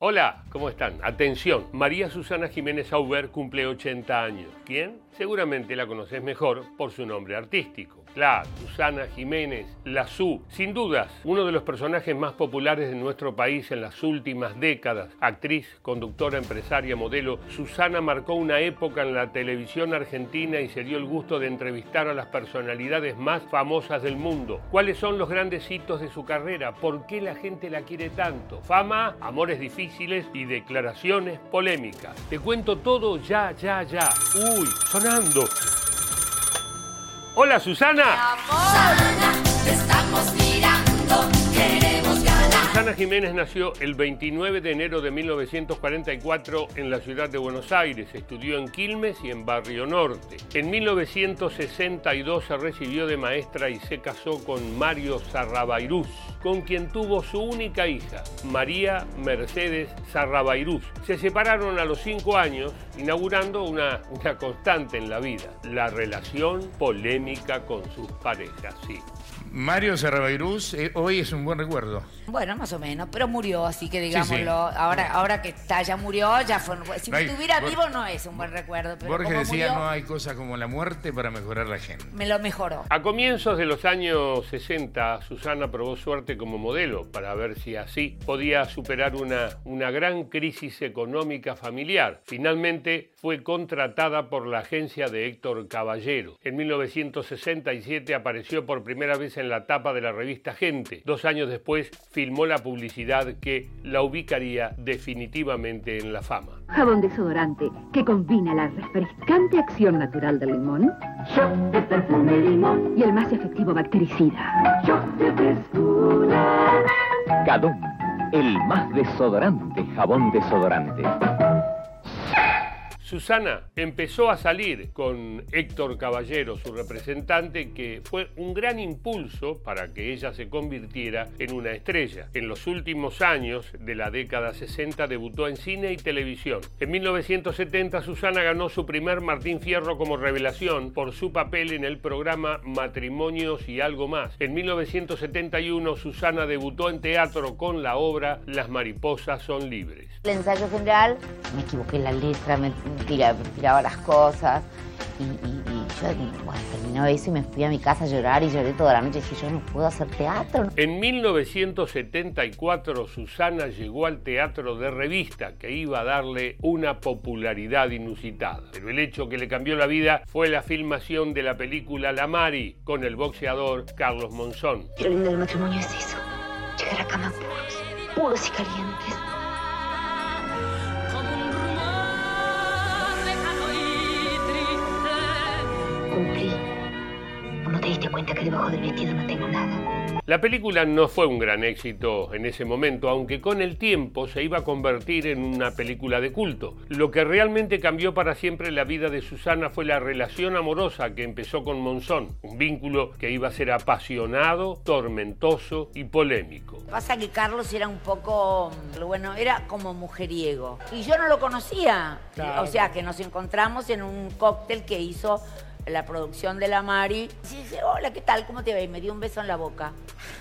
Hola, ¿cómo están? Atención, María Susana Jiménez Auber cumple 80 años. ¿Quién? Seguramente la conoces mejor por su nombre artístico. Claro, Susana Jiménez, la Su. Sin dudas, uno de los personajes más populares de nuestro país en las últimas décadas. Actriz, conductora, empresaria, modelo, Susana marcó una época en la televisión argentina y se dio el gusto de entrevistar a las personalidades más famosas del mundo. ¿Cuáles son los grandes hitos de su carrera? ¿Por qué la gente la quiere tanto? Fama, amores difíciles y declaraciones polémicas. Te cuento todo ya. Uy, sonando. Hola, Susana. Susana, te estamos mirando, queremos ganar. Susana Jiménez nació el 29 de enero de 1944 en la ciudad de Buenos Aires. Estudió en Quilmes y en Barrio Norte. En 1962 se recibió de maestra y se casó con Mario Sarrabairús, con quien tuvo su única hija, María Mercedes Sarrabairús. Se separaron a los 5 años, inaugurando una constante en la vida, la relación polémica con sus parejas, sí. Mario Sarrabairús hoy es un buen recuerdo. Bueno, más o menos, pero murió, así que digámoslo, Sí. Ahora que está, ya murió, ya fue. Si estuviera vivo no es un buen recuerdo, pero Borges como decía, murió, no hay cosa como la muerte para mejorar la gente. me lo mejoró. A comienzos de los años 60, Susana probó suerte como modelo para ver si así podía superar una gran crisis económica familiar. Finalmente fue contratada por la agencia de Héctor Caballero. En 1967 apareció por primera vez en la tapa de la revista Gente. 2 años después filmó la publicidad que la ubicaría definitivamente en la fama. Jabón desodorante que combina la refrescante acción natural del limón Shot de perfume limón, y el más efectivo bactericida. shot de frescura. Cadom, el más desodorante jabón desodorante. Susana empezó a salir con Héctor Caballero, su representante, que fue un gran impulso para que ella se convirtiera en una estrella. En los últimos años de la década 60 debutó en cine y televisión. En 1970 Susana ganó su primer Martín Fierro como revelación por su papel en el programa Matrimonios y algo más. En 1971 Susana debutó en teatro con la obra Las mariposas son libres. El ensayo general, me equivoqué en la letra, me tiraba las cosas y yo, bueno, terminó eso y me fui a mi casa a llorar y lloré toda la noche y dije, yo no puedo hacer teatro. En 1974 Susana llegó al teatro de revista, que iba a darle una popularidad inusitada. Pero el hecho que le cambió la vida fue la filmación de la película La Mari con el boxeador Carlos Monzón. Y lo lindo del matrimonio es eso, llegar a cama puros y calientes. Cumplí. ¿O no te diste cuenta que debajo del vestido no tengo nada? La película no fue un gran éxito en ese momento, aunque con el tiempo se iba a convertir en una película de culto. Lo que realmente cambió para siempre la vida de Susana fue la relación amorosa que empezó con Monzón, un vínculo que iba a ser apasionado, tormentoso y polémico. Pasa que Carlos era un poco, bueno, era como mujeriego. Y yo no lo conocía. Claro. O sea, que nos encontramos en un cóctel que hizo la producción de La Mari. Y dice, hola, ¿qué tal? ¿Cómo te va? Y me dio un beso en la boca.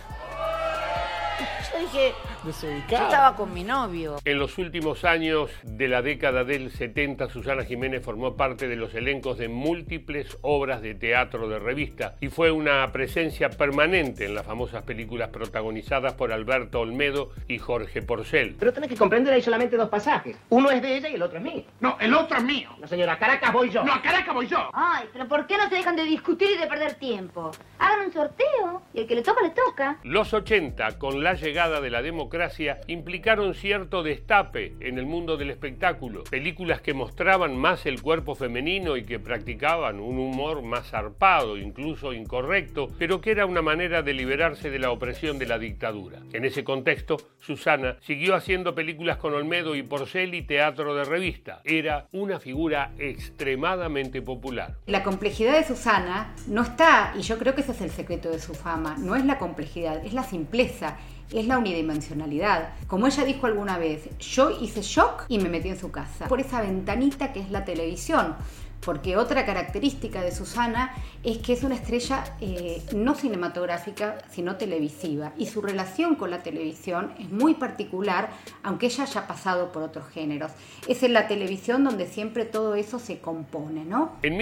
Yo dije, yo estaba con mi novio. En los últimos años de la década del 70, Susana Jiménez formó parte de los elencos de múltiples obras de teatro de revista y fue una presencia permanente en las famosas películas protagonizadas por Alberto Olmedo y Jorge Porcel. Pero tenés que comprender, hay solamente 2 pasajes. Uno es de ella y el otro es mío. No, el otro es mío. No, señora, a Caracas voy yo. No, a Caracas voy yo. Ay, pero ¿por qué no se dejan de discutir y de perder tiempo? Hagan un sorteo y el que le toca, le toca. Los 80, con la llegada de la democracia, implicaron cierto destape en el mundo del espectáculo. Películas que mostraban más el cuerpo femenino y que practicaban un humor más zarpado, incluso incorrecto, pero que era una manera de liberarse de la opresión de la dictadura. En ese contexto, Susana siguió haciendo películas con Olmedo y Porcel y teatro de revista. Era una figura extremadamente popular. La complejidad de Susana no está, y yo creo que ese es el secreto de su fama, no es la complejidad, es la simpleza. Es la unidimensionalidad. Como ella dijo alguna vez, yo hice shock y me metí en su casa. Por esa ventanita que es la televisión. porque otra característica de Susana es que es una estrella no cinematográfica, sino televisiva, y su relación con la televisión es muy particular, aunque ella haya pasado por otros géneros. Es en la televisión donde siempre todo eso se compone, ¿no? En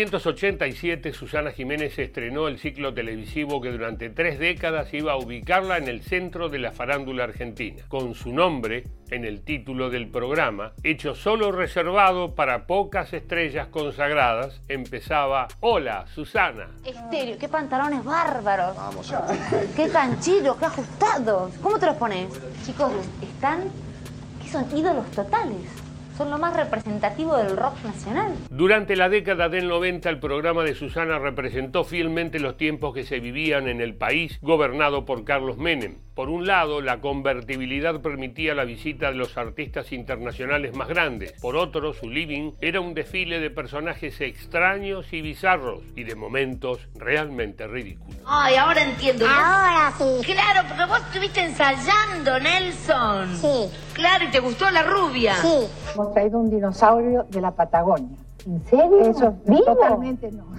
1987, Susana Jiménez estrenó el ciclo televisivo que durante 3 décadas iba a ubicarla en el centro de la farándula argentina, con su nombre en el título del programa, hecho solo reservado para pocas estrellas consagradas, empezaba: Hola, Susana. Estéreo, qué pantalones bárbaros. Vamos Qué canchillos, qué ajustados. ¿Cómo te los pones? Chicos, están... ¿Qué son? Ídolos totales. Son lo más representativo del rock nacional. Durante la década del 90, el programa de Susana representó fielmente los tiempos que se vivían en el país gobernado por Carlos Menem. Por un lado, la convertibilidad permitía la visita de los artistas internacionales más grandes. Por otro, su living era un desfile de personajes extraños y bizarros, y de momentos realmente ridículos. Ay, ahora entiendo. Ahora sí. Claro, porque vos estuviste ensayando, Nelson. Sí. Claro, y te gustó la rubia. Sí. Hemos traído un dinosaurio de la Patagonia. ¿En serio? Eso ¿Vivo? Totalmente no.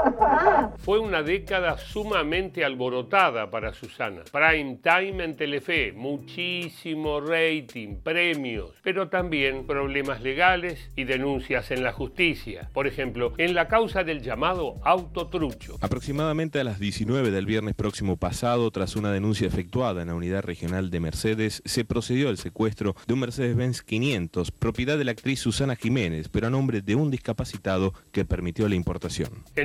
Fue una década sumamente alborotada para Susana. Prime time en Telefe, muchísimo rating, premios, pero también problemas legales y denuncias en la justicia. Por ejemplo, en la causa del llamado autotrucho. Aproximadamente a las 19 del viernes próximo pasado, tras una denuncia efectuada en la unidad regional de Mercedes, se procedió al secuestro de un Mercedes-Benz 500, propiedad de la actriz Susana Jiménez, pero a nombre de un discapacitado que permitió la importación. En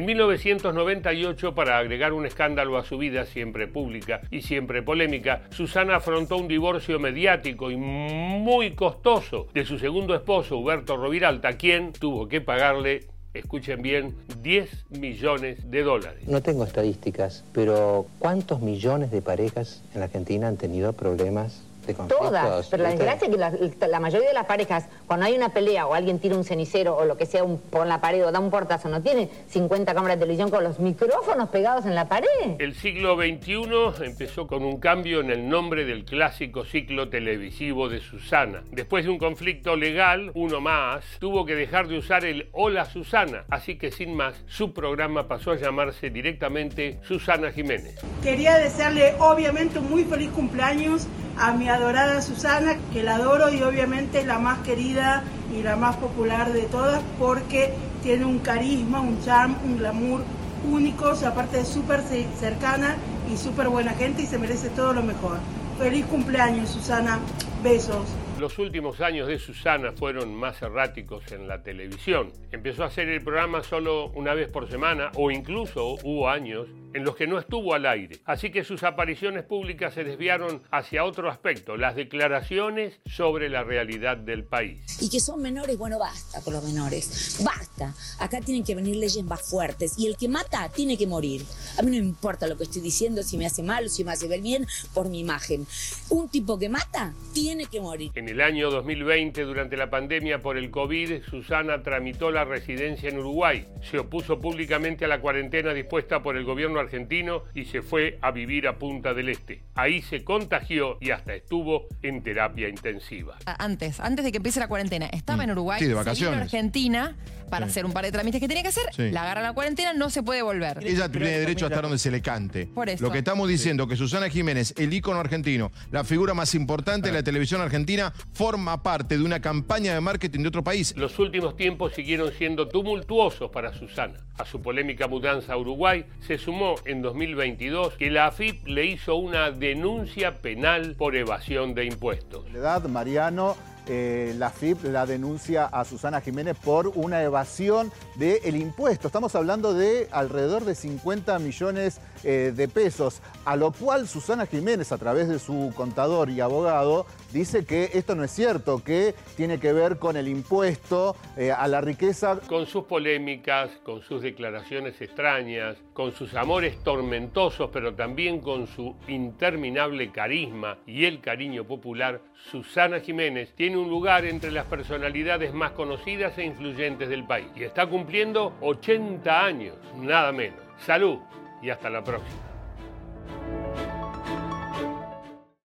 1998, para agregar un escándalo a su vida siempre pública y siempre polémica, Susana afrontó un divorcio mediático y muy costoso de su segundo esposo, Huberto Roviralta, quien tuvo que pagarle, escuchen bien, $10 millones. No tengo estadísticas, pero ¿cuántos millones de parejas en la Argentina han tenido problemas de conflictos? Todas, pero la desgracia es que la mayoría de las parejas, cuando hay una pelea o alguien tira un cenicero o lo que sea por la pared o da un portazo, no tiene 50 cámaras de televisión con los micrófonos pegados en la pared. El siglo XXI empezó con un cambio en el nombre del clásico ciclo televisivo de Susana. Después de un conflicto legal, uno más, tuvo que dejar de usar el Hola Susana, así que sin más, su programa pasó a llamarse directamente Susana Jiménez. Quería desearle obviamente un muy feliz cumpleaños a mi adorada Susana, que la adoro y obviamente es la más querida y la más popular de todas porque tiene un carisma, un charm, un glamour únicos, aparte de súper cercana y súper buena gente y se merece todo lo mejor. Feliz cumpleaños, Susana. Besos. Los últimos años de Susana fueron más erráticos en la televisión. Empezó a hacer el programa solo una vez por semana o incluso hubo años en los que no estuvo al aire. Así que sus apariciones públicas se desviaron hacia otro aspecto, las declaraciones sobre la realidad del país. Y que son menores, bueno, basta con los menores, basta. Acá tienen que venir leyes más fuertes y el que mata tiene que morir. A mí no me importa lo que estoy diciendo, si me hace mal o si me hace ver bien por mi imagen. Un tipo que mata tiene que morir. En el año 2020, durante la pandemia por el COVID, Susana tramitó la residencia en Uruguay. Se opuso públicamente a la cuarentena dispuesta por el gobierno argentino y se fue a vivir a Punta del Este. Ahí se contagió y hasta estuvo en terapia intensiva. Antes de que empiece la cuarentena, estaba en Uruguay, sí, de se vacaciones. vino a Argentina para hacer un par de trámites que tenía que hacer, Sí. la agarra la cuarentena, no se puede volver. Ella tiene derecho a estar donde se le cante. Por eso. Lo que estamos diciendo, que Susana Jiménez, el ícono argentino, la figura más importante de la televisión argentina, forma parte de una campaña de marketing de otro país. Los últimos tiempos siguieron siendo tumultuosos para Susana. A su polémica mudanza a Uruguay se sumó en 2022 que la AFIP le hizo una denuncia penal por evasión de impuestos. La edad, Mariano, la AFIP la denuncia a Susana Jiménez por una evasión del impuesto. Estamos hablando de alrededor de 50 millones de pesos, a lo cual Susana Jiménez, a través de su contador y abogado, dice que esto no es cierto, que tiene que ver con el impuesto a la riqueza. Con sus polémicas, con sus declaraciones extrañas, con sus amores tormentosos, pero también con su interminable carisma y el cariño popular, Susana Jiménez tiene un lugar entre las personalidades más conocidas e influyentes del país. Y está cumpliendo 80 años, nada menos. Salud y hasta la próxima.